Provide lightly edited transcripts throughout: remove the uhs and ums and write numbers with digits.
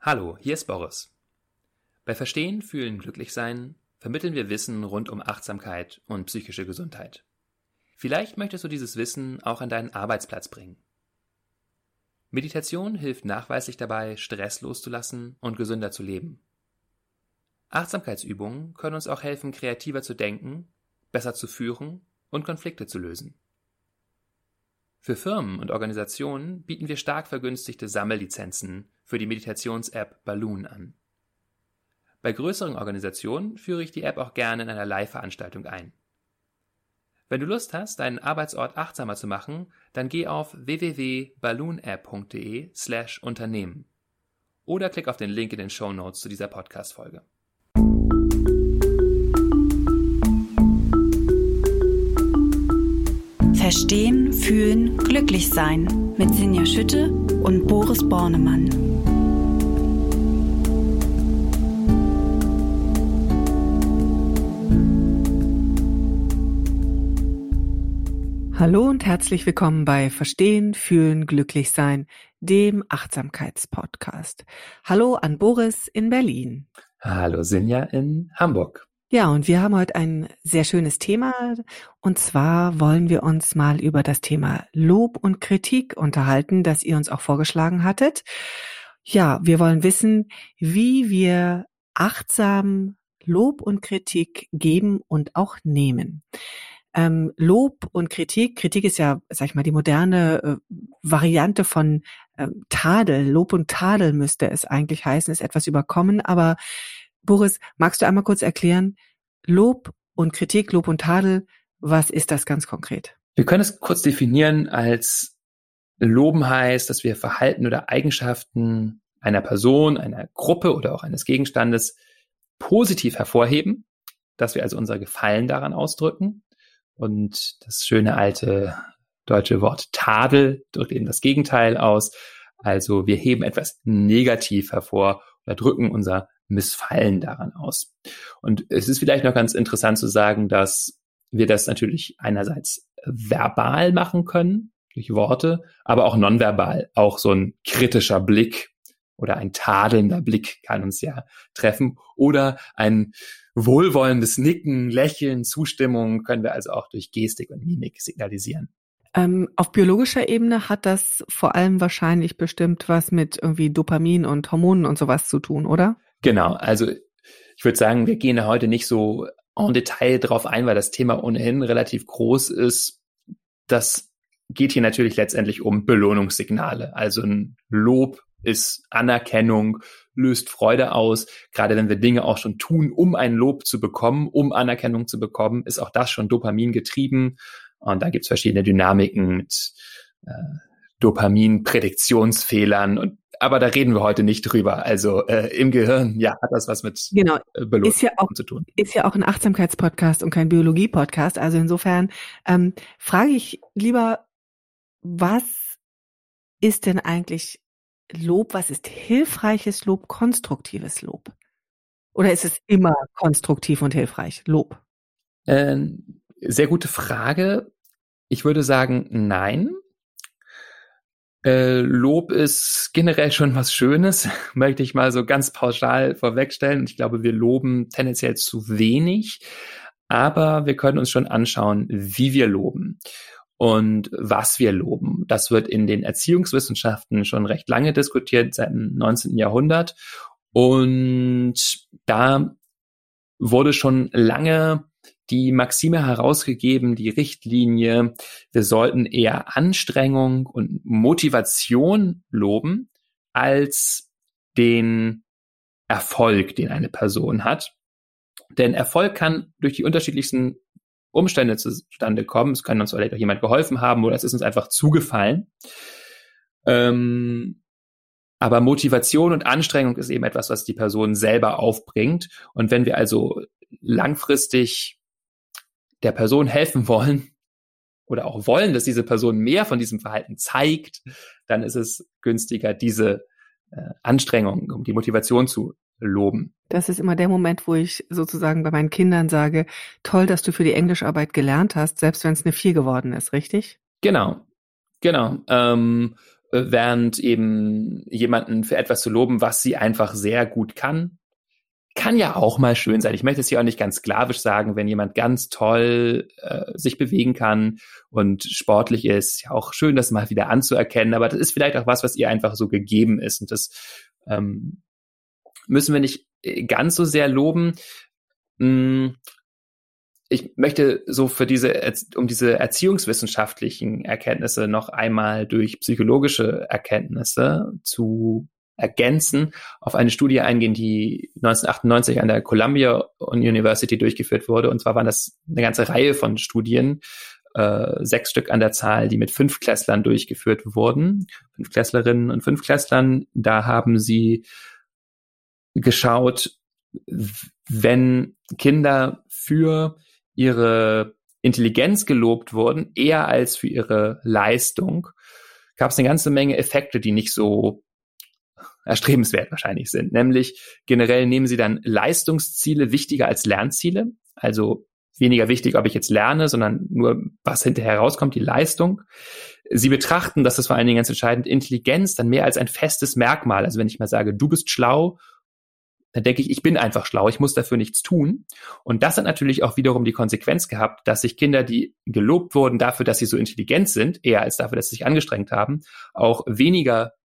Hallo, hier ist Boris. Bei Verstehen, Fühlen, Glücklichsein vermitteln wir Wissen rund um Achtsamkeit und psychische Gesundheit. Vielleicht möchtest du dieses Wissen auch an deinen Arbeitsplatz bringen. Meditation hilft nachweislich dabei, Stress loszulassen und gesünder zu leben. Achtsamkeitsübungen können uns auch helfen, kreativer zu denken, besser zu führen und Konflikte zu lösen. Für Firmen und Organisationen bieten wir stark vergünstigte Sammellizenzen für die Meditations-App Balloon an. Bei größeren Organisationen führe ich die App auch gerne in einer Live-Veranstaltung ein. Wenn du Lust hast, deinen Arbeitsort achtsamer zu machen, dann geh auf www.balloonapp.de/Unternehmen oder klick auf den Link in den Shownotes zu dieser Podcast-Folge. Verstehen, Fühlen, Glücklichsein mit Sinja Schütte und Boris Bornemann. Hallo und herzlich willkommen bei Verstehen, Fühlen, Glücklichsein, dem Achtsamkeitspodcast. Hallo an Boris in Berlin. Hallo Sinja in Hamburg. Ja, und wir haben heute ein sehr schönes Thema, und zwar wollen wir uns mal über das Thema Lob und Kritik unterhalten, das ihr uns auch vorgeschlagen hattet. Ja, wir wollen wissen, wie wir achtsam Lob und Kritik geben und auch nehmen. Lob und Kritik ist ja, sag ich mal, die moderne Variante von Tadel. Lob und Tadel müsste es eigentlich heißen, ist etwas überkommen, aber Boris, magst du einmal kurz erklären, Lob und Kritik, Lob und Tadel, was ist das ganz konkret? Wir können es kurz definieren als Loben heißt, dass wir Verhalten oder Eigenschaften einer Person, einer Gruppe oder auch eines Gegenstandes positiv hervorheben, dass wir also unser Gefallen daran ausdrücken. Und das schöne alte deutsche Wort Tadel drückt eben das Gegenteil aus. Also wir heben etwas negativ hervor oder drücken unser Missfallen daran aus. Und es ist vielleicht noch ganz interessant zu sagen, dass wir das natürlich einerseits verbal machen können, durch Worte, aber auch nonverbal. Auch so ein kritischer Blick oder ein tadelnder Blick kann uns ja treffen. Oder ein wohlwollendes Nicken, Lächeln, Zustimmung können wir also auch durch Gestik und Mimik signalisieren. Auf biologischer Ebene hat das vor allem wahrscheinlich bestimmt was mit irgendwie Dopamin und Hormonen und sowas zu tun, oder? Genau, also ich würde sagen, wir gehen da heute nicht so en Detail drauf ein, weil das Thema ohnehin relativ groß ist. Das geht hier natürlich letztendlich um Belohnungssignale. Also ein Lob ist Anerkennung, löst Freude aus. Gerade wenn wir Dinge auch schon tun, um ein Lob zu bekommen, um Anerkennung zu bekommen, ist auch das schon Dopamin getrieben. Und da gibt es verschiedene Dynamiken mit Dopamin-Prädiktionsfehlern. Aber da reden wir heute nicht drüber. Also im Gehirn, ja, hat das was mit Belohnung zu tun. Ist ja auch ein Achtsamkeitspodcast und kein Biologie-Podcast. Also insofern frage ich lieber, was ist denn eigentlich Lob? Was ist hilfreiches Lob, konstruktives Lob? Oder ist es immer konstruktiv und hilfreich, Lob? Sehr gute Frage. Ich würde sagen, nein. Lob ist generell schon was Schönes, möchte ich mal so ganz pauschal vorwegstellen. Ich glaube, wir loben tendenziell zu wenig, aber wir können uns schon anschauen, wie wir loben und was wir loben. Das wird in den Erziehungswissenschaften schon recht lange diskutiert, seit dem 19. Jahrhundert. Und da wurde schon lange die Maxime herausgegeben, die Richtlinie, wir sollten eher Anstrengung und Motivation loben, als den Erfolg, den eine Person hat. Denn Erfolg kann durch die unterschiedlichsten Umstände zustande kommen. Es kann uns vielleicht auch jemand geholfen haben oder es ist uns einfach zugefallen. Aber Motivation und Anstrengung ist eben etwas, was die Person selber aufbringt. Und wenn wir also langfristig der Person helfen wollen oder auch wollen, dass diese Person mehr von diesem Verhalten zeigt, dann ist es günstiger, diese Anstrengung, um die Motivation zu loben. Das ist immer der Moment, wo ich sozusagen bei meinen Kindern sage, toll, dass du für die Englischarbeit gelernt hast, selbst wenn es eine 4 geworden ist, richtig? Genau. während eben jemanden für etwas zu loben, was sie einfach sehr gut kann ja auch mal schön sein. Ich möchte es hier auch nicht ganz sklavisch sagen, wenn jemand ganz toll sich bewegen kann und sportlich ist, ja auch schön, das mal wieder anzuerkennen, aber das ist vielleicht auch was ihr einfach so gegeben ist und das müssen wir nicht ganz so sehr loben. Ich möchte so um diese erziehungswissenschaftlichen Erkenntnisse noch einmal durch psychologische Erkenntnisse zu ergänzen, auf eine Studie eingehen, die 1998 an der Columbia University durchgeführt wurde. Und zwar waren das eine ganze Reihe von Studien, 6 Stück an der Zahl, die mit 5-Klässlern durchgeführt wurden. 5-Klässlerinnen und 5-Klässlern. Da haben sie geschaut, wenn Kinder für ihre Intelligenz gelobt wurden, eher als für ihre Leistung, gab es eine ganze Menge Effekte, die nicht so erstrebenswert wahrscheinlich sind. Nämlich generell nehmen sie dann Leistungsziele wichtiger als Lernziele. Also weniger wichtig, ob ich jetzt lerne, sondern nur, was hinterher rauskommt, die Leistung. Sie betrachten, das ist vor allen Dingen ganz entscheidend, Intelligenz dann mehr als ein festes Merkmal. Also wenn ich mal sage, du bist schlau, dann denke ich bin einfach schlau, ich muss dafür nichts tun. Und das hat natürlich auch wiederum die Konsequenz gehabt, dass sich Kinder, die gelobt wurden dafür, dass sie so intelligent sind, eher als dafür, dass sie sich angestrengt haben, auch weniger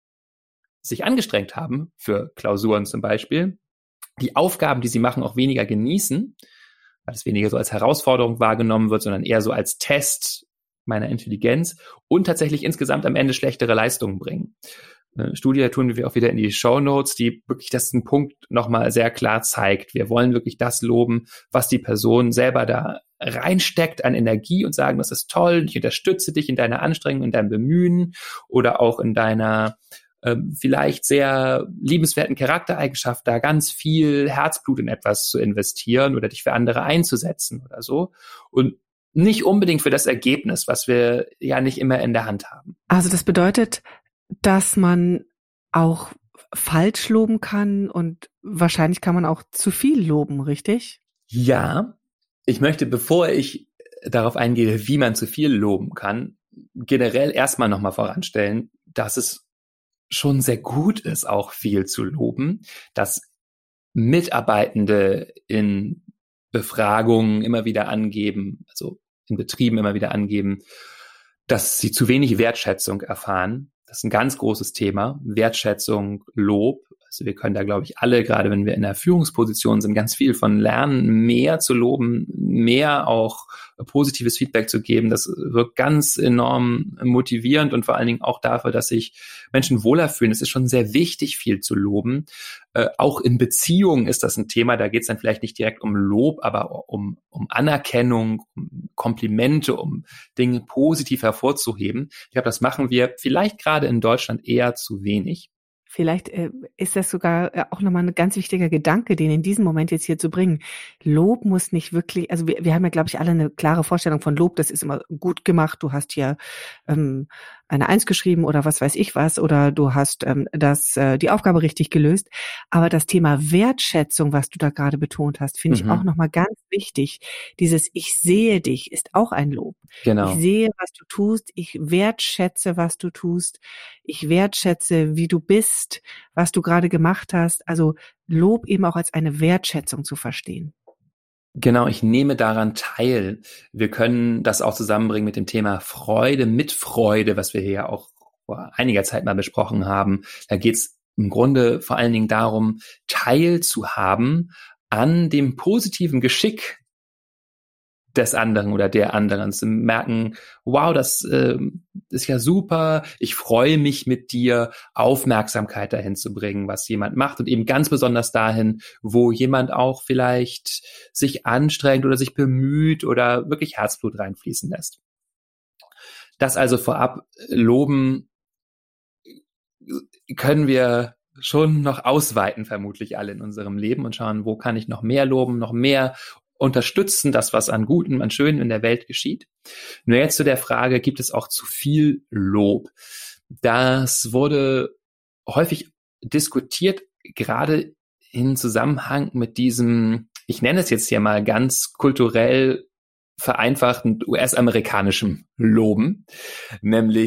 sich angestrengt haben, für Klausuren zum Beispiel, die Aufgaben, die sie machen, auch weniger genießen, weil es weniger so als Herausforderung wahrgenommen wird, sondern eher so als Test meiner Intelligenz und tatsächlich insgesamt am Ende schlechtere Leistungen bringen. Eine Studie tun wir auch wieder in die Shownotes, die wirklich das einen Punkt nochmal sehr klar zeigt. Wir wollen wirklich das loben, was die Person selber da reinsteckt an Energie und sagen, das ist toll, ich unterstütze dich in deiner Anstrengung, in deinem Bemühen oder auch in deiner vielleicht sehr liebenswerten Charaktereigenschaft, da ganz viel Herzblut in etwas zu investieren oder dich für andere einzusetzen oder so. Und nicht unbedingt für das Ergebnis, was wir ja nicht immer in der Hand haben. Also das bedeutet, dass man auch falsch loben kann und wahrscheinlich kann man auch zu viel loben, richtig? Ja, ich möchte, bevor ich darauf eingehe, wie man zu viel loben kann, generell erstmal nochmal voranstellen, dass es schon sehr gut ist, auch viel zu loben, dass Mitarbeitende in Befragungen immer wieder angeben, also in Betrieben immer wieder angeben, dass sie zu wenig Wertschätzung erfahren. Das ist ein ganz großes Thema. Wertschätzung, Lob. Also wir können da, glaube ich, alle, gerade wenn wir in der Führungsposition sind, ganz viel von lernen, mehr zu loben, mehr auch positives Feedback zu geben. Das wirkt ganz enorm motivierend und vor allen Dingen auch dafür, dass sich Menschen wohler fühlen. Es ist schon sehr wichtig, viel zu loben. Auch in Beziehungen ist das ein Thema. Da geht es dann vielleicht nicht direkt um Lob, aber um Anerkennung, um Komplimente, um Dinge positiv hervorzuheben. Ich glaube, das machen wir vielleicht gerade in Deutschland eher zu wenig. Vielleicht ist das sogar auch nochmal ein ganz wichtiger Gedanke, den in diesem Moment jetzt hier zu bringen. Lob muss nicht wirklich, also wir haben ja, glaube ich, alle eine klare Vorstellung von Lob. Das ist immer gut gemacht. Du hast hier eine 1 geschrieben oder was weiß ich was oder du hast die Aufgabe richtig gelöst. Aber das Thema Wertschätzung, was du da gerade betont hast, finde ich auch nochmal ganz wichtig. Dieses Ich sehe dich ist auch ein Lob. Genau. Ich sehe, was du tust. Ich wertschätze, was du tust. Ich wertschätze, wie du bist, was du gerade gemacht hast. Also Lob eben auch als eine Wertschätzung zu verstehen. Genau, ich nehme daran teil. Wir können das auch zusammenbringen mit dem Thema Freude, Mitfreude, was wir hier ja auch vor einiger Zeit mal besprochen haben. Da geht es im Grunde vor allen Dingen darum, teilzuhaben an dem positiven Geschick des anderen oder der anderen, zu merken, wow, das ist ja super, ich freue mich mit dir, Aufmerksamkeit dahin zu bringen, was jemand macht und eben ganz besonders dahin, wo jemand auch vielleicht sich anstrengt oder sich bemüht oder wirklich Herzblut reinfließen lässt. Das also vorab loben können wir schon noch ausweiten, vermutlich alle in unserem Leben und schauen, wo kann ich noch mehr loben, noch mehr unterstützen, das, was an Gutem, an Schönem in der Welt geschieht. Nur jetzt zu der Frage, gibt es auch zu viel Lob? Das wurde häufig diskutiert, gerade in Zusammenhang mit diesem, ich nenne es jetzt hier mal ganz kulturell vereinfachten US-amerikanischen Loben, nämlich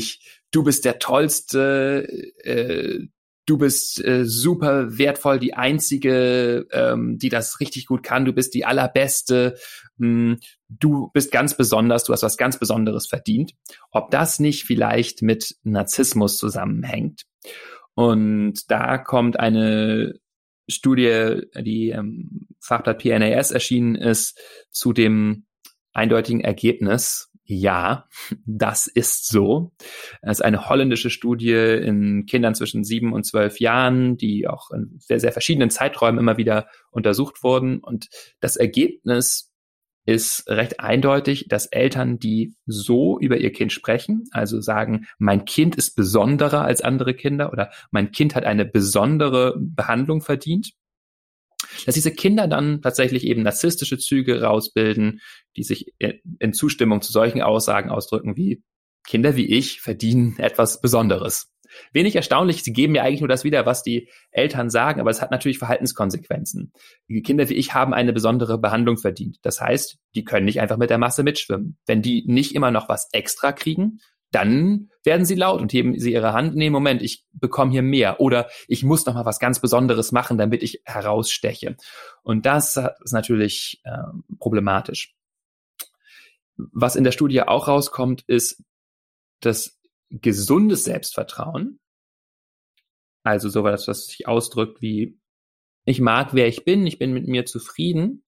du bist der Tollste, du bist super wertvoll, die Einzige, die das richtig gut kann, du bist die Allerbeste, du bist ganz besonders, du hast was ganz Besonderes verdient. Ob das nicht vielleicht mit Narzissmus zusammenhängt. Und da kommt eine Studie, die im Fachblatt PNAS erschienen ist, zu dem eindeutigen Ergebnis, ja, das ist so. Es ist eine holländische Studie in Kindern zwischen 7 und 12 Jahren, die auch in sehr, sehr verschiedenen Zeiträumen immer wieder untersucht wurden. Und das Ergebnis ist recht eindeutig, dass Eltern, die so über ihr Kind sprechen, also sagen, mein Kind ist besonderer als andere Kinder oder mein Kind hat eine besondere Behandlung verdient, dass diese Kinder dann tatsächlich eben narzisstische Züge rausbilden, die sich in Zustimmung zu solchen Aussagen ausdrücken wie Kinder wie ich verdienen etwas Besonderes. Wenig erstaunlich, sie geben ja eigentlich nur das wieder, was die Eltern sagen, aber es hat natürlich Verhaltenskonsequenzen. Die Kinder wie ich haben eine besondere Behandlung verdient. Das heißt, die können nicht einfach mit der Masse mitschwimmen. Wenn die nicht immer noch was extra kriegen, dann werden sie laut und heben sie ihre Hand. Nee, Moment, ich bekomme hier mehr. Oder ich muss noch mal was ganz Besonderes machen, damit ich heraussteche. Und das ist natürlich problematisch. Was in der Studie auch rauskommt, ist, dass gesundes Selbstvertrauen, also sowas, was sich ausdrückt wie ich mag, wer ich bin mit mir zufrieden,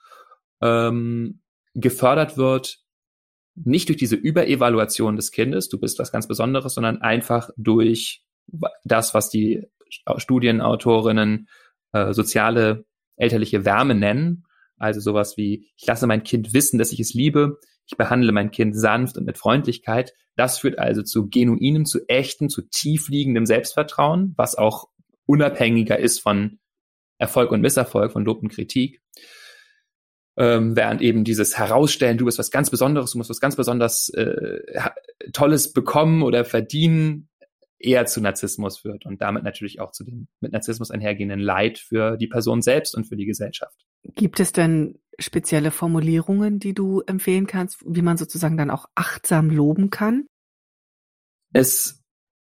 gefördert wird nicht durch diese Überevaluation des Kindes, du bist was ganz Besonderes, sondern einfach durch das, was die Studienautorinnen soziale elterliche Wärme nennen, also sowas wie ich lasse mein Kind wissen, dass ich es liebe, ich behandle mein Kind sanft und mit Freundlichkeit. Das führt also zu genuinem, zu echtem, zu tiefliegendem Selbstvertrauen, was auch unabhängiger ist von Erfolg und Misserfolg, von Lob und Kritik. Während eben dieses Herausstellen, du bist was ganz Besonderes, du musst was ganz besonders Tolles bekommen oder verdienen, eher zu Narzissmus führt und damit natürlich auch zu dem mit Narzissmus einhergehenden Leid für die Person selbst und für die Gesellschaft. Gibt es denn spezielle Formulierungen, die du empfehlen kannst, wie man sozusagen dann auch achtsam loben kann? Es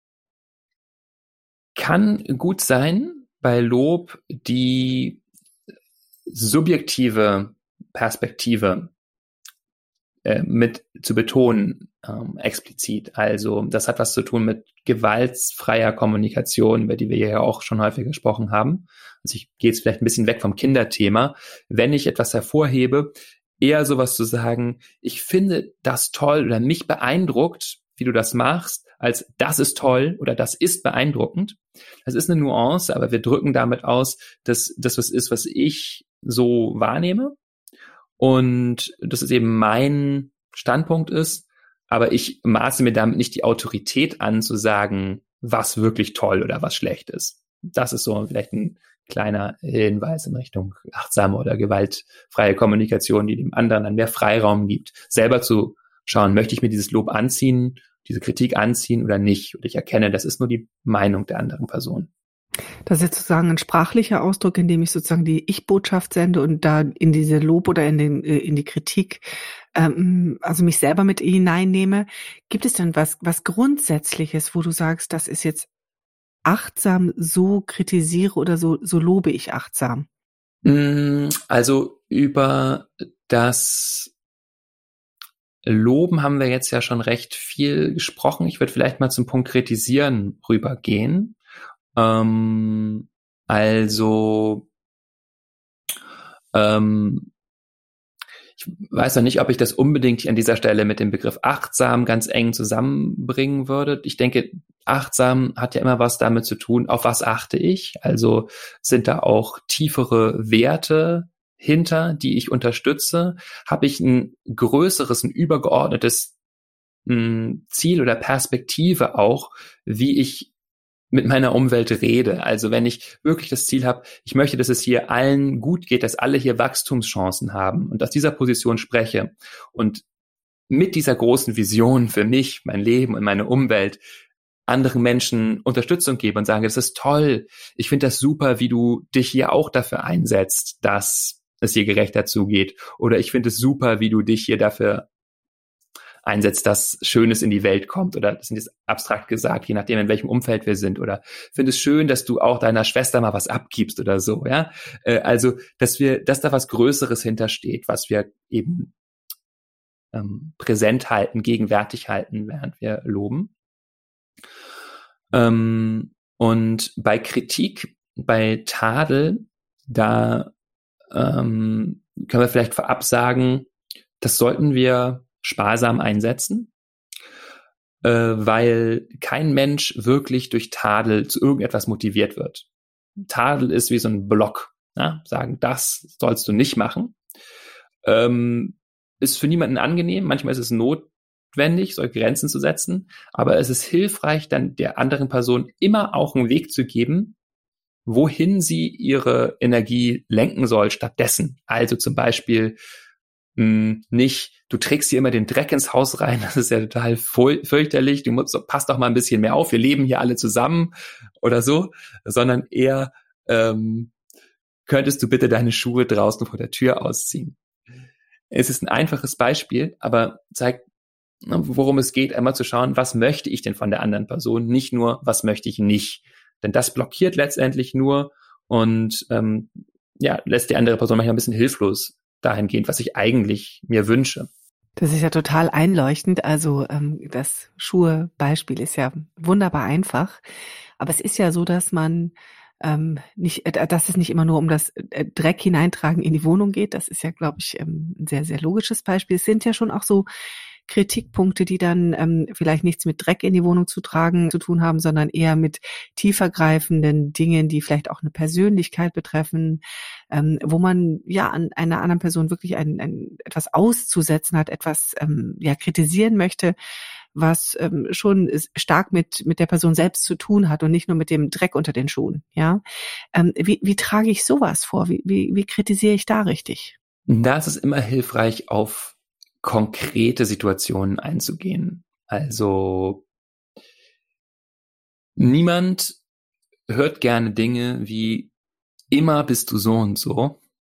kann gut sein, bei Lob die subjektive Perspektive mit zu betonen, explizit. Also das hat was zu tun mit gewaltfreier Kommunikation, über die wir ja auch schon häufig gesprochen haben. Also ich gehe jetzt vielleicht ein bisschen weg vom Kinderthema. Wenn ich etwas hervorhebe, eher sowas zu sagen, ich finde das toll oder mich beeindruckt, wie du das machst, als das ist toll oder das ist beeindruckend. Das ist eine Nuance, aber wir drücken damit aus, dass das was ist, was ich so wahrnehme. Und dass es eben mein Standpunkt ist, aber ich maße mir damit nicht die Autorität an, zu sagen, was wirklich toll oder was schlecht ist. Das ist so vielleicht ein kleiner Hinweis in Richtung achtsame oder gewaltfreie Kommunikation, die dem anderen dann mehr Freiraum gibt, selber zu schauen, möchte ich mir dieses Lob anziehen, diese Kritik anziehen oder nicht. Und ich erkenne, das ist nur die Meinung der anderen Person. Das ist jetzt sozusagen ein sprachlicher Ausdruck, in dem ich sozusagen die Ich-Botschaft sende und da in diese Lob oder in die Kritik, also mich selber mit hineinnehme. Gibt es denn was Grundsätzliches, wo du sagst, das ist jetzt achtsam, so kritisiere oder so lobe ich achtsam? Also über das Loben haben wir jetzt ja schon recht viel gesprochen. Ich würde vielleicht mal zum Punkt Kritisieren rübergehen. Ich weiß noch nicht, ob ich das unbedingt an dieser Stelle mit dem Begriff achtsam ganz eng zusammenbringen würde. Ich denke, achtsam hat ja immer was damit zu tun, auf was achte ich? Also sind da auch tiefere Werte hinter, die ich unterstütze? Habe ich ein größeres, ein übergeordnetes Ziel oder Perspektive auch, wie ich mit meiner Umwelt rede. Also wenn ich wirklich das Ziel habe, ich möchte, dass es hier allen gut geht, dass alle hier Wachstumschancen haben und aus dieser Position spreche und mit dieser großen Vision für mich, mein Leben und meine Umwelt anderen Menschen Unterstützung gebe und sage, das ist toll, ich finde das super, wie du dich hier auch dafür einsetzt, dass es hier gerechter zugeht, oder ich finde es super, wie du dich hier dafür einsetzt, dass Schönes in die Welt kommt, oder das sind jetzt abstrakt gesagt, je nachdem, in welchem Umfeld wir sind, oder finde es schön, dass du auch deiner Schwester mal was abgibst oder so, ja. Also, dass da was Größeres hintersteht, was wir eben präsent halten, gegenwärtig halten, während wir loben. Und bei Kritik, bei Tadel, da können wir vielleicht vorab sagen, das sollten wir sparsam einsetzen, weil kein Mensch wirklich durch Tadel zu irgendetwas motiviert wird. Tadel ist wie so ein Block, ja? Sagen, das sollst du nicht machen. Ist für niemanden angenehm, manchmal ist es notwendig, solche Grenzen zu setzen, aber es ist hilfreich, dann der anderen Person immer auch einen Weg zu geben, wohin sie ihre Energie lenken soll stattdessen. Also zum Beispiel nicht, du trägst hier immer den Dreck ins Haus rein, das ist ja total fürchterlich, passt doch mal ein bisschen mehr auf, wir leben hier alle zusammen oder so, sondern eher, könntest du bitte deine Schuhe draußen vor der Tür ausziehen. Es ist ein einfaches Beispiel, aber zeigt, worum es geht, einmal zu schauen, was möchte ich denn von der anderen Person, nicht nur, was möchte ich nicht. Denn das blockiert letztendlich nur und lässt die andere Person manchmal ein bisschen hilflos dahingehend, was ich eigentlich mir wünsche. Das ist ja total einleuchtend. Also das Schuhe-Beispiel ist ja wunderbar einfach. Aber es ist ja so, dass man dass es nicht immer nur um das Dreck hineintragen in die Wohnung geht. Das ist ja, glaube ich, ein sehr, sehr logisches Beispiel. Es sind ja schon auch so Kritikpunkte, die dann vielleicht nichts mit Dreck in die Wohnung zu tun haben, sondern eher mit tiefergreifenden Dingen, die vielleicht auch eine Persönlichkeit betreffen, wo man ja an einer anderen Person wirklich etwas auszusetzen hat, etwas kritisieren möchte, was schon stark mit der Person selbst zu tun hat und nicht nur mit dem Dreck unter den Schuhen. Ja, wie trage ich sowas vor? Wie kritisiere ich da richtig? Da ist es immer hilfreich, auf konkrete Situationen einzugehen. Also niemand hört gerne Dinge wie immer bist du so und so,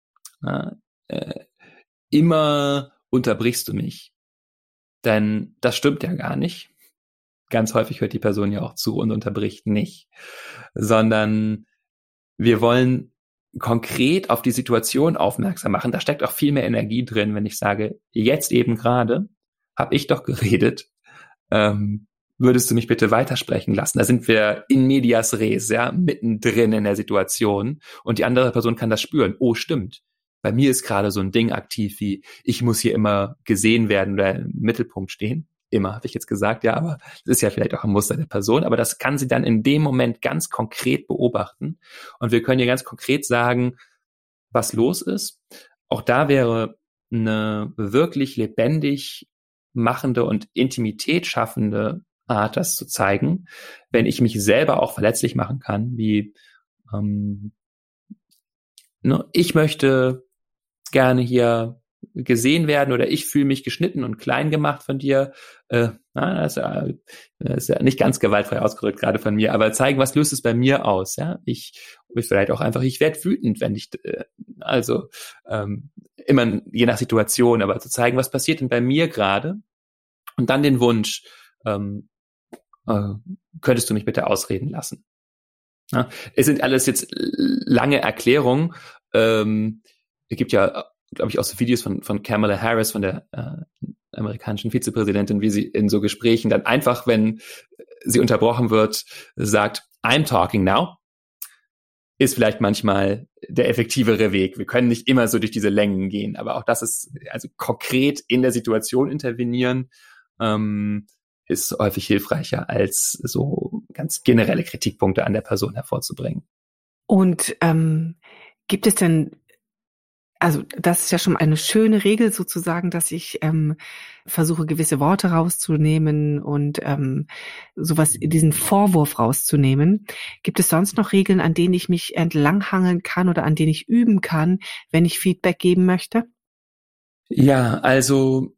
immer unterbrichst du mich. Denn das stimmt ja gar nicht. Ganz häufig hört die Person ja auch zu und unterbricht nicht. Sondern wir wollen konkret auf die Situation aufmerksam machen. Da steckt auch viel mehr Energie drin, wenn ich sage, jetzt eben gerade habe ich doch geredet, würdest du mich bitte weitersprechen lassen? Da sind wir in medias res, ja, mittendrin in der Situation und die andere Person kann das spüren. Oh, stimmt. Bei mir ist gerade so ein Ding aktiv wie, ich muss hier immer gesehen werden oder im Mittelpunkt stehen. Immer, habe ich jetzt gesagt, ja, aber das ist ja vielleicht auch ein Muster der Person, aber das kann sie dann in dem Moment ganz konkret beobachten und wir können ihr ganz konkret sagen, was los ist. Auch da wäre eine wirklich lebendig machende und Intimität schaffende Art, das zu zeigen, wenn ich mich selber auch verletzlich machen kann, wie ich möchte gerne hier gesehen werden oder ich fühle mich geschnitten und klein gemacht von dir. Das ist ja nicht ganz gewaltfrei ausgedrückt gerade von mir, aber zeigen, was löst es bei mir aus? Ja, ich vielleicht auch einfach, ich werde wütend, wenn ich immer je nach Situation, aber zu zeigen, was passiert denn bei mir gerade und dann den Wunsch, könntest du mich bitte ausreden lassen? Ja, es sind alles jetzt lange Erklärungen. Es gibt ja, glaube ich, auch so Videos von Kamala Harris, von der amerikanischen Vizepräsidentin, wie sie in so Gesprächen dann einfach, wenn sie unterbrochen wird, sagt, I'm talking now, ist vielleicht manchmal der effektivere Weg. Wir können nicht immer so durch diese Längen gehen, aber auch das ist, also konkret in der Situation intervenieren, ist häufig hilfreicher, als so ganz generelle Kritikpunkte an der Person hervorzubringen. Und gibt es denn, also das ist ja schon eine schöne Regel sozusagen, dass ich versuche, gewisse Worte rauszunehmen und sowas, diesen Vorwurf rauszunehmen. Gibt es sonst noch Regeln, an denen ich mich entlanghangeln kann oder an denen ich üben kann, wenn ich Feedback geben möchte? Ja, also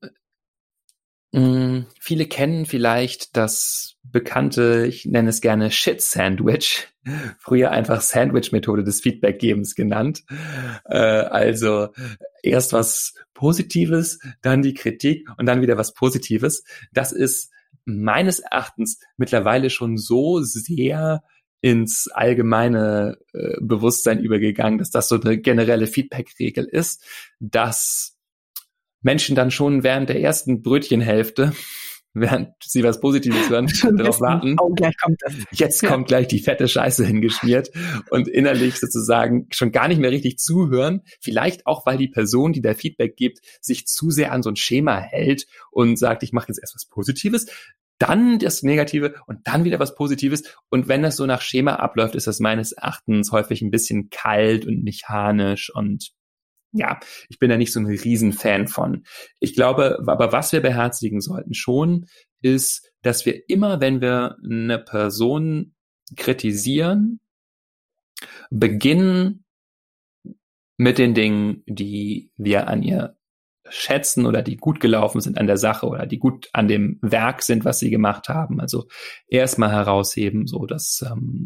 viele kennen vielleicht das bekannte, ich nenne es gerne Shit-Sandwich, früher einfach Sandwich-Methode des Feedbackgebens genannt. Also erst was Positives, dann die Kritik und dann wieder was Positives. Das ist meines Erachtens mittlerweile schon so sehr ins allgemeine Bewusstsein übergegangen, dass das so eine generelle Feedback-Regel ist, dass Menschen dann schon während der ersten Brötchenhälfte, während sie was Positives hören, darauf warten. Oh, gleich kommt das. Jetzt kommt gleich die fette Scheiße hingeschmiert und innerlich sozusagen schon gar nicht mehr richtig zuhören. Vielleicht auch, weil die Person, die da Feedback gibt, sich zu sehr an so ein Schema hält und sagt, ich mache jetzt erst was Positives, dann das Negative und dann wieder was Positives. Und wenn das so nach Schema abläuft, ist das meines Erachtens häufig ein bisschen kalt und mechanisch und ja, ich bin da nicht so ein Riesenfan von. Ich glaube, aber was wir beherzigen sollten schon, ist, dass wir immer, wenn wir eine Person kritisieren, beginnen mit den Dingen, die wir an ihr schätzen oder die gut gelaufen sind an der Sache oder die gut an dem Werk sind, was sie gemacht haben. Also erstmal herausheben, so das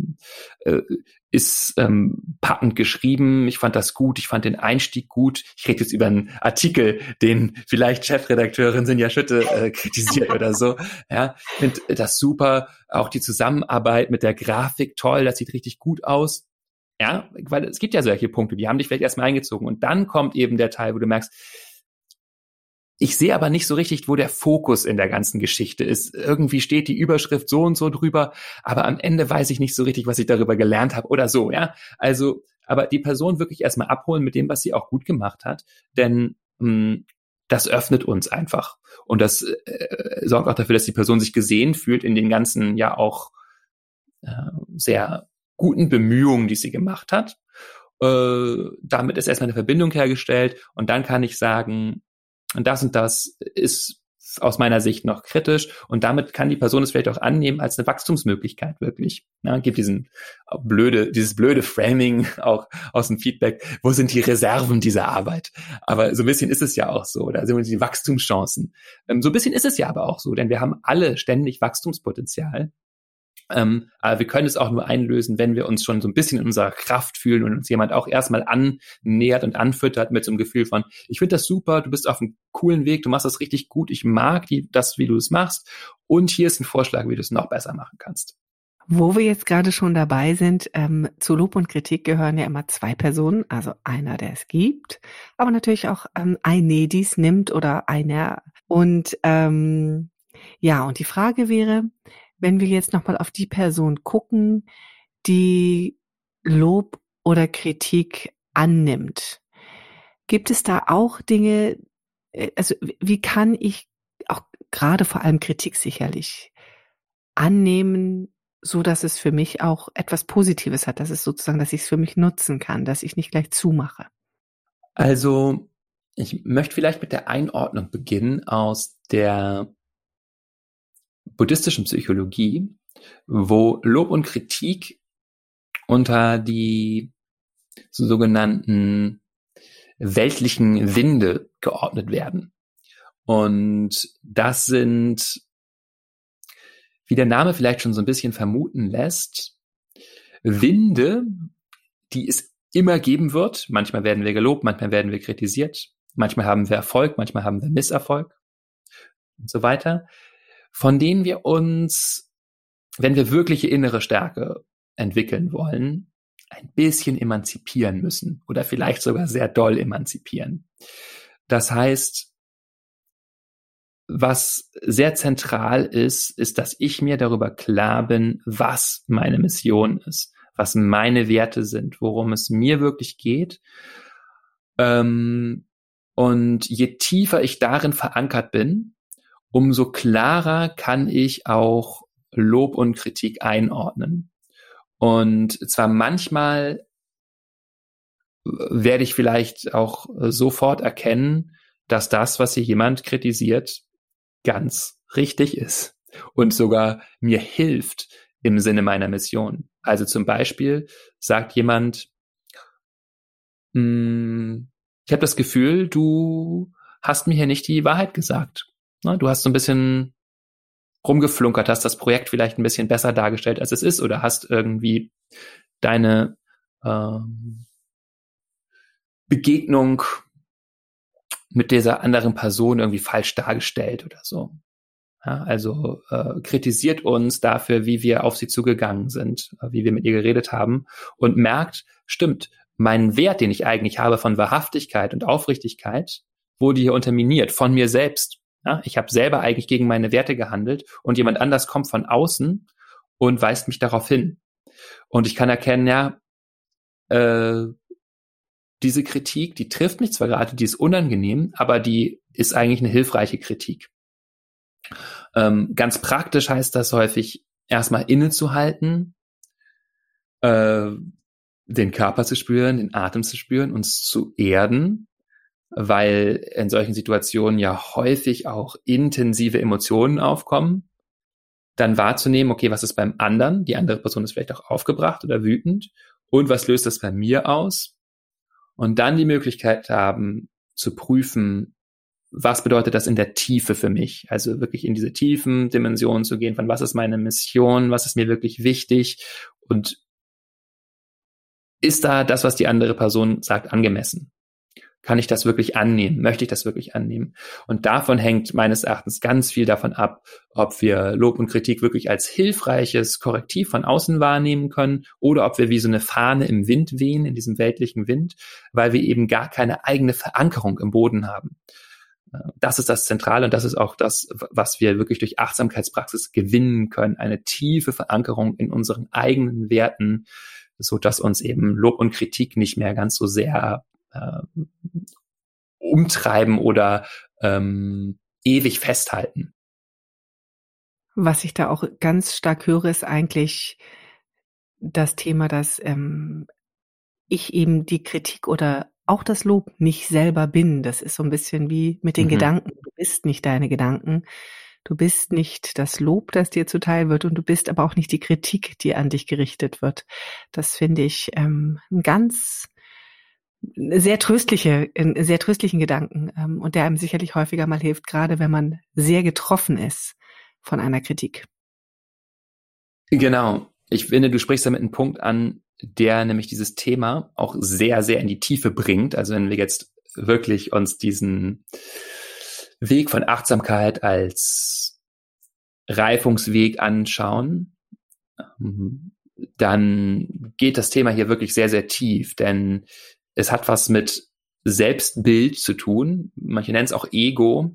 ist packend geschrieben. Ich fand das gut. Ich fand den Einstieg gut. Ich rede jetzt über einen Artikel, den vielleicht Chefredakteurin Sinja Schütte kritisiert oder so. Ja, finde das super. Auch die Zusammenarbeit mit der Grafik toll. Das sieht richtig gut aus. Ja, weil es gibt ja solche Punkte, die haben dich vielleicht erstmal eingezogen. Und dann kommt eben der Teil, wo du merkst, ich sehe aber nicht so richtig, wo der Fokus in der ganzen Geschichte ist. Irgendwie steht die Überschrift so und so drüber, aber am Ende weiß ich nicht so richtig, was ich darüber gelernt habe oder so, ja. Also, aber die Person wirklich erstmal abholen mit dem, was sie auch gut gemacht hat, denn das öffnet uns einfach. Und das sorgt auch dafür, dass die Person sich gesehen fühlt in den ganzen ja auch sehr guten Bemühungen, die sie gemacht hat. Damit ist erstmal eine Verbindung hergestellt und dann kann ich sagen, und das ist aus meiner Sicht noch kritisch und damit kann die Person es vielleicht auch annehmen als eine Wachstumsmöglichkeit wirklich. Ja, gibt dieses blöde Framing auch aus dem Feedback. Wo sind die Reserven dieser Arbeit? Aber so ein bisschen ist es ja auch so. Da sind die Wachstumschancen. So ein bisschen ist es ja aber auch so, denn wir haben alle ständig Wachstumspotenzial. Aber wir können es auch nur einlösen, wenn wir uns schon so ein bisschen in unserer Kraft fühlen und uns jemand auch erstmal annähert und anfüttert mit so einem Gefühl von, ich finde das super, du bist auf einem coolen Weg, du machst das richtig gut, ich mag das, wie du es machst und hier ist ein Vorschlag, wie du es noch besser machen kannst. Wo wir jetzt gerade schon dabei sind, zu Lob und Kritik gehören ja immer zwei Personen, also einer, der es gibt, aber natürlich auch eine, die es nimmt oder einer. Und ja, und die Frage wäre, wenn wir jetzt nochmal auf die Person gucken, die Lob oder Kritik annimmt, gibt es da auch Dinge, also wie kann ich auch gerade vor allem Kritik sicherlich annehmen, so dass es für mich auch etwas Positives hat, dass es sozusagen, dass ich es für mich nutzen kann, dass ich nicht gleich zumache? Also ich möchte vielleicht mit der Einordnung beginnen aus der buddhistischen Psychologie, wo Lob und Kritik unter die sogenannten weltlichen Winde geordnet werden. Und das sind, wie der Name vielleicht schon so ein bisschen vermuten lässt, Winde, die es immer geben wird. Manchmal werden wir gelobt, manchmal werden wir kritisiert, manchmal haben wir Erfolg, manchmal haben wir Misserfolg und so weiter, von denen wir uns, wenn wir wirkliche innere Stärke entwickeln wollen, ein bisschen emanzipieren müssen oder vielleicht sogar sehr doll emanzipieren. Das heißt, was sehr zentral ist, ist, dass ich mir darüber klar bin, was meine Mission ist, was meine Werte sind, worum es mir wirklich geht. Und je tiefer ich darin verankert bin, umso klarer kann ich auch Lob und Kritik einordnen. Und zwar manchmal werde ich vielleicht auch sofort erkennen, dass das, was hier jemand kritisiert, ganz richtig ist und sogar mir hilft im Sinne meiner Mission. Also zum Beispiel sagt jemand, ich habe das Gefühl, du hast mir hier nicht die Wahrheit gesagt. Du hast so ein bisschen rumgeflunkert, hast das Projekt vielleicht ein bisschen besser dargestellt, als es ist, oder hast irgendwie deine Begegnung mit dieser anderen Person irgendwie falsch dargestellt oder so. Ja, also kritisiert uns dafür, wie wir auf sie zugegangen sind, wie wir mit ihr geredet haben und merkt, stimmt, mein Wert, den ich eigentlich habe von Wahrhaftigkeit und Aufrichtigkeit, wurde hier unterminiert von mir selbst. Ja, ich habe selber eigentlich gegen meine Werte gehandelt und jemand anders kommt von außen und weist mich darauf hin. Und ich kann erkennen, ja, diese Kritik, die trifft mich zwar gerade, die ist unangenehm, aber die ist eigentlich eine hilfreiche Kritik. Ganz praktisch heißt das häufig, erstmal innezuhalten, den Körper zu spüren, den Atem zu spüren, uns zu erden, weil in solchen Situationen ja häufig auch intensive Emotionen aufkommen. Dann wahrzunehmen, okay, was ist beim anderen? Die andere Person ist vielleicht auch aufgebracht oder wütend. Und was löst das bei mir aus? Und dann die Möglichkeit haben, zu prüfen, was bedeutet das in der Tiefe für mich? Also wirklich in diese tiefen Dimensionen zu gehen, von was ist meine Mission, was ist mir wirklich wichtig und ist da das, was die andere Person sagt, angemessen? Kann ich das wirklich annehmen? Möchte ich das wirklich annehmen? Und davon hängt meines Erachtens ganz viel davon ab, ob wir Lob und Kritik wirklich als hilfreiches Korrektiv von außen wahrnehmen können oder ob wir wie so eine Fahne im Wind wehen, in diesem weltlichen Wind, weil wir eben gar keine eigene Verankerung im Boden haben. Das ist das Zentrale und das ist auch das, was wir wirklich durch Achtsamkeitspraxis gewinnen können. Eine tiefe Verankerung in unseren eigenen Werten, so dass uns eben Lob und Kritik nicht mehr ganz so sehr umtreiben oder ewig festhalten. Was ich da auch ganz stark höre, ist eigentlich das Thema, dass ich eben die Kritik oder auch das Lob nicht selber bin. Das ist so ein bisschen wie mit den Gedanken. Du bist nicht deine Gedanken. Du bist nicht das Lob, das dir zuteil wird und du bist aber auch nicht die Kritik, die an dich gerichtet wird. Das finde ich einen sehr tröstlichen Gedanken und der einem sicherlich häufiger mal hilft, gerade wenn man sehr getroffen ist von einer Kritik. Genau. Ich finde, du sprichst damit einen Punkt an, der nämlich dieses Thema auch sehr, sehr in die Tiefe bringt. Also wenn wir jetzt wirklich uns diesen Weg von Achtsamkeit als Reifungsweg anschauen, dann geht das Thema hier wirklich sehr, sehr tief, denn es hat was mit Selbstbild zu tun. Manche nennen es auch Ego.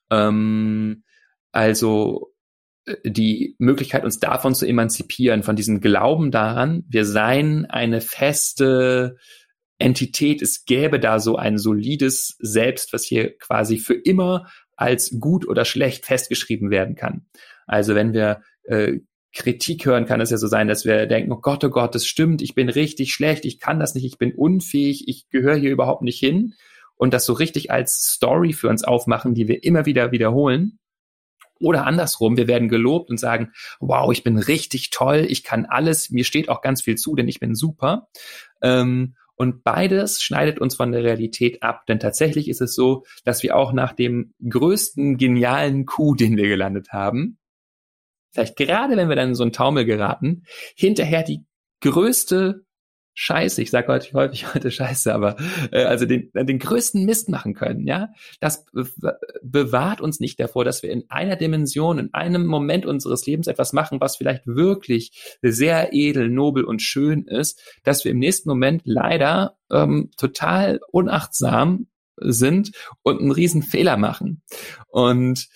Also die Möglichkeit, uns davon zu emanzipieren, von diesem Glauben daran, wir seien eine feste Entität, es gäbe da so ein solides Selbst, was hier quasi für immer als gut oder schlecht festgeschrieben werden kann. Also wenn wir Kritik hören, kann es ja so sein, dass wir denken, oh Gott, das stimmt, ich bin richtig schlecht, ich kann das nicht, ich bin unfähig, ich gehöre hier überhaupt nicht hin und das so richtig als Story für uns aufmachen, die wir immer wieder wiederholen. Oder andersrum, wir werden gelobt und sagen, wow, ich bin richtig toll, ich kann alles, mir steht auch ganz viel zu, denn ich bin super. Und beides schneidet uns von der Realität ab, denn tatsächlich ist es so, dass wir auch nach dem größten genialen Coup, den wir gelandet haben, vielleicht gerade wenn wir dann in so einen Taumel geraten, hinterher die größte Scheiße, ich sage häufig heute Scheiße, aber also den größten Mist machen können, ja, das bewahrt uns nicht davor, dass wir in einer Dimension, in einem Moment unseres Lebens etwas machen, was vielleicht wirklich sehr edel, nobel und schön ist, dass wir im nächsten Moment leider total unachtsam sind und einen riesen Fehler machen. Und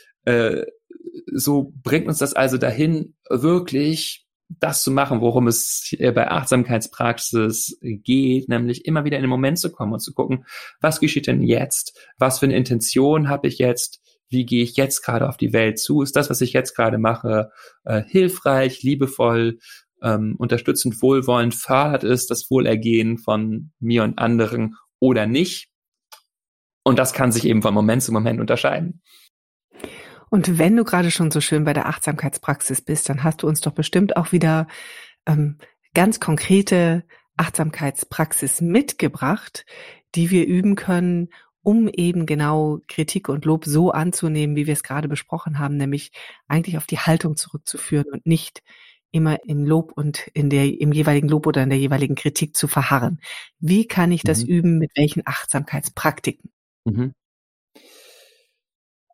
so bringt uns das also dahin, wirklich das zu machen, worum es bei Achtsamkeitspraxis geht, nämlich immer wieder in den Moment zu kommen und zu gucken, was geschieht denn jetzt? Was für eine Intention habe ich jetzt? Wie gehe ich jetzt gerade auf die Welt zu? Ist das, was ich jetzt gerade mache, hilfreich, liebevoll, unterstützend, wohlwollend? Fördert es das Wohlergehen von mir und anderen oder nicht? Und das kann sich eben von Moment zu Moment unterscheiden. Und wenn du gerade schon so schön bei der Achtsamkeitspraxis bist, dann hast du uns doch bestimmt auch wieder ganz konkrete Achtsamkeitspraxis mitgebracht, die wir üben können, um eben genau Kritik und Lob so anzunehmen, wie wir es gerade besprochen haben, nämlich eigentlich auf die Haltung zurückzuführen und nicht immer im Lob und im jeweiligen Lob oder in der jeweiligen Kritik zu verharren. Wie kann ich das üben? Mit welchen Achtsamkeitspraktiken?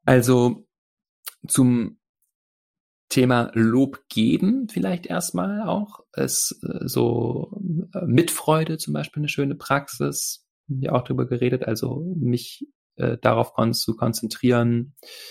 Also zum Thema Lob geben vielleicht erstmal auch. Ist so Mitfreude zum Beispiel eine schöne Praxis. Haben wir auch drüber geredet. Also mich darauf zu konzentrieren,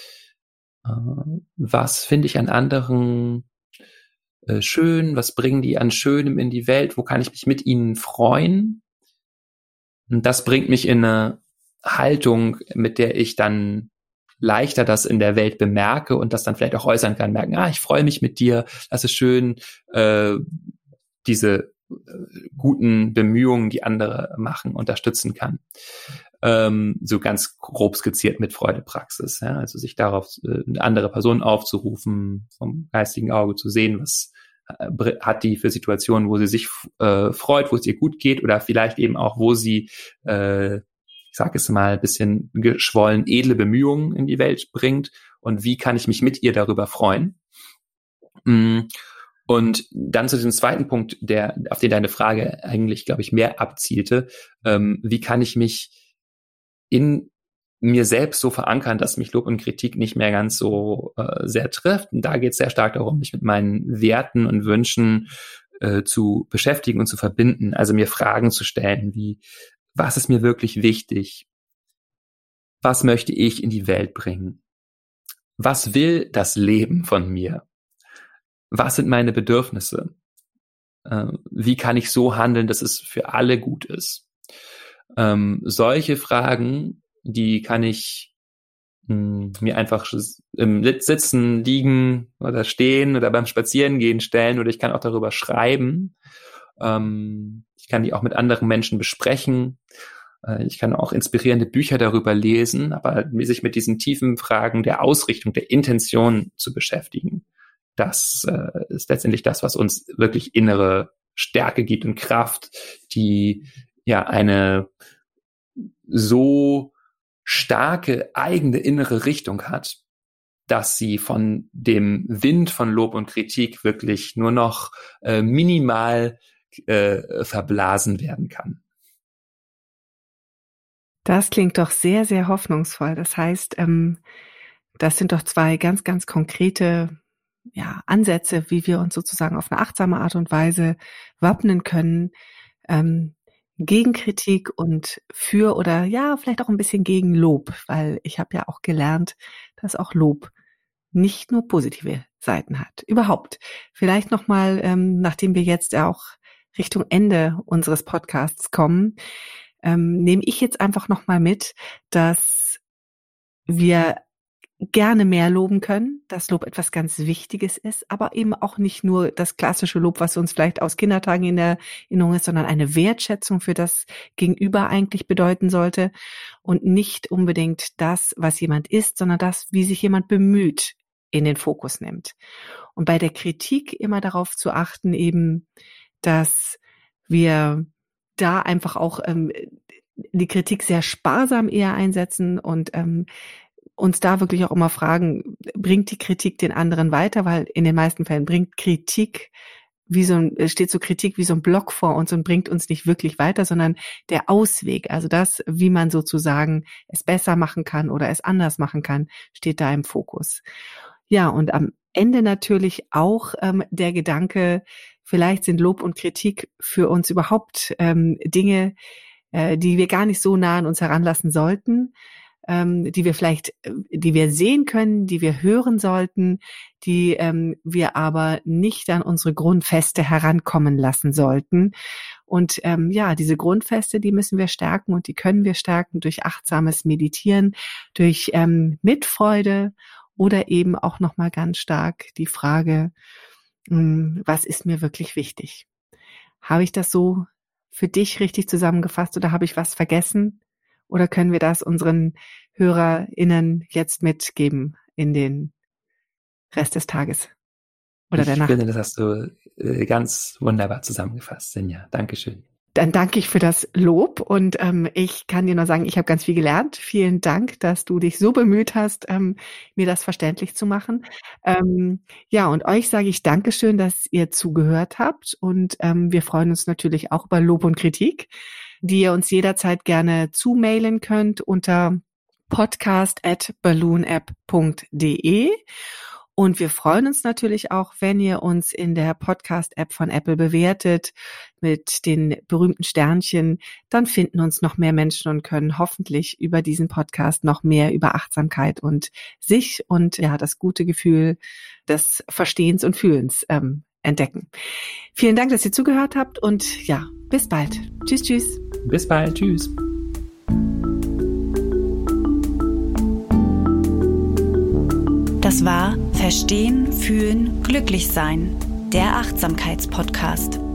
was finde ich an anderen schön, was bringen die an Schönem in die Welt, wo kann ich mich mit ihnen freuen. Und das bringt mich in eine Haltung, mit der ich dann leichter das in der Welt bemerke und das dann vielleicht auch äußern kann, merken, ich freue mich mit dir, das ist schön, diese guten Bemühungen, die andere machen, unterstützen kann. So ganz grob skizziert mit Freudepraxis, ja? Also sich darauf, eine andere Person aufzurufen, vom geistigen Auge zu sehen, was hat die für Situationen, wo sie sich freut, wo es ihr gut geht oder vielleicht eben auch, wo sie ich sage es mal, ein bisschen geschwollen, edle Bemühungen in die Welt bringt und wie kann ich mich mit ihr darüber freuen. Und dann zu diesem zweiten Punkt, auf den deine Frage eigentlich, glaube ich, mehr abzielte, wie kann ich mich in mir selbst so verankern, dass mich Lob und Kritik nicht mehr ganz so sehr trifft. Und da geht es sehr stark darum, mich mit meinen Werten und Wünschen zu beschäftigen und zu verbinden, also mir Fragen zu stellen, wie was ist mir wirklich wichtig? Was möchte ich in die Welt bringen? Was will das Leben von mir? Was sind meine Bedürfnisse? Wie kann ich so handeln, dass es für alle gut ist? Solche Fragen, die kann ich mir einfach im Sitzen, Liegen oder Stehen oder beim Spazierengehen stellen oder ich kann auch darüber schreiben. Ich kann die auch mit anderen Menschen besprechen. Ich kann auch inspirierende Bücher darüber lesen, aber sich mit diesen tiefen Fragen der Ausrichtung, der Intention zu beschäftigen, das ist letztendlich das, was uns wirklich innere Stärke gibt und Kraft, die ja eine so starke eigene innere Richtung hat, dass sie von dem Wind von Lob und Kritik wirklich nur noch minimal verblasen werden kann. Das klingt doch sehr, sehr hoffnungsvoll. Das heißt, das sind doch zwei ganz, ganz konkrete Ansätze, wie wir uns sozusagen auf eine achtsame Art und Weise wappnen können, gegen Kritik und für oder vielleicht auch ein bisschen gegen Lob, weil ich habe ja auch gelernt, dass auch Lob nicht nur positive Seiten hat. Überhaupt. Vielleicht nochmal, nachdem wir jetzt auch Richtung Ende unseres Podcasts kommen, nehme ich jetzt einfach nochmal mit, dass wir gerne mehr loben können, dass Lob etwas ganz Wichtiges ist, aber eben auch nicht nur das klassische Lob, was uns vielleicht aus Kindertagen in der Erinnerung ist, sondern eine Wertschätzung für das Gegenüber eigentlich bedeuten sollte und nicht unbedingt das, was jemand ist, sondern das, wie sich jemand bemüht, in den Fokus nimmt. Und bei der Kritik immer darauf zu achten, eben, dass wir da einfach auch die Kritik sehr sparsam eher einsetzen und uns da wirklich auch immer fragen, bringt die Kritik den anderen weiter? Weil in den meisten Fällen bringt Kritik steht so Kritik wie so ein Block vor uns und bringt uns nicht wirklich weiter, sondern der Ausweg, also das, wie man sozusagen es besser machen kann oder es anders machen kann, steht da im Fokus. Ja, und am Ende natürlich auch der Gedanke, vielleicht sind Lob und Kritik für uns überhaupt Dinge, die wir gar nicht so nah an uns heranlassen sollten, die wir sehen können, die wir hören sollten, die wir aber nicht an unsere Grundfeste herankommen lassen sollten. Und diese Grundfeste, die müssen wir stärken und die können wir stärken durch achtsames Meditieren, durch Mitfreude oder eben auch nochmal ganz stark die Frage, was ist mir wirklich wichtig? Habe ich das so für dich richtig zusammengefasst oder habe ich was vergessen? Oder können wir das unseren HörerInnen jetzt mitgeben in den Rest des Tages oder der Nacht? Ich finde, das hast du ganz wunderbar zusammengefasst, Sinja. Dankeschön. Dann danke ich für das Lob und ich kann dir nur sagen, ich habe ganz viel gelernt. Vielen Dank, dass du dich so bemüht hast, mir das verständlich zu machen. Und euch sage ich Dankeschön, dass ihr zugehört habt und wir freuen uns natürlich auch über Lob und Kritik, die ihr uns jederzeit gerne zumailen könnt unter podcast@balloonapp.de. Und wir freuen uns natürlich auch, wenn ihr uns in der Podcast-App von Apple bewertet mit den berühmten Sternchen. Dann finden uns noch mehr Menschen und können hoffentlich über diesen Podcast noch mehr über Achtsamkeit und sich und ja das gute Gefühl des Verstehens und Fühlens entdecken. Vielen Dank, dass ihr zugehört habt und ja, bis bald. Tschüss, tschüss. Bis bald. Tschüss. Das war Verstehen, Fühlen, Glücklich sein, der Achtsamkeitspodcast.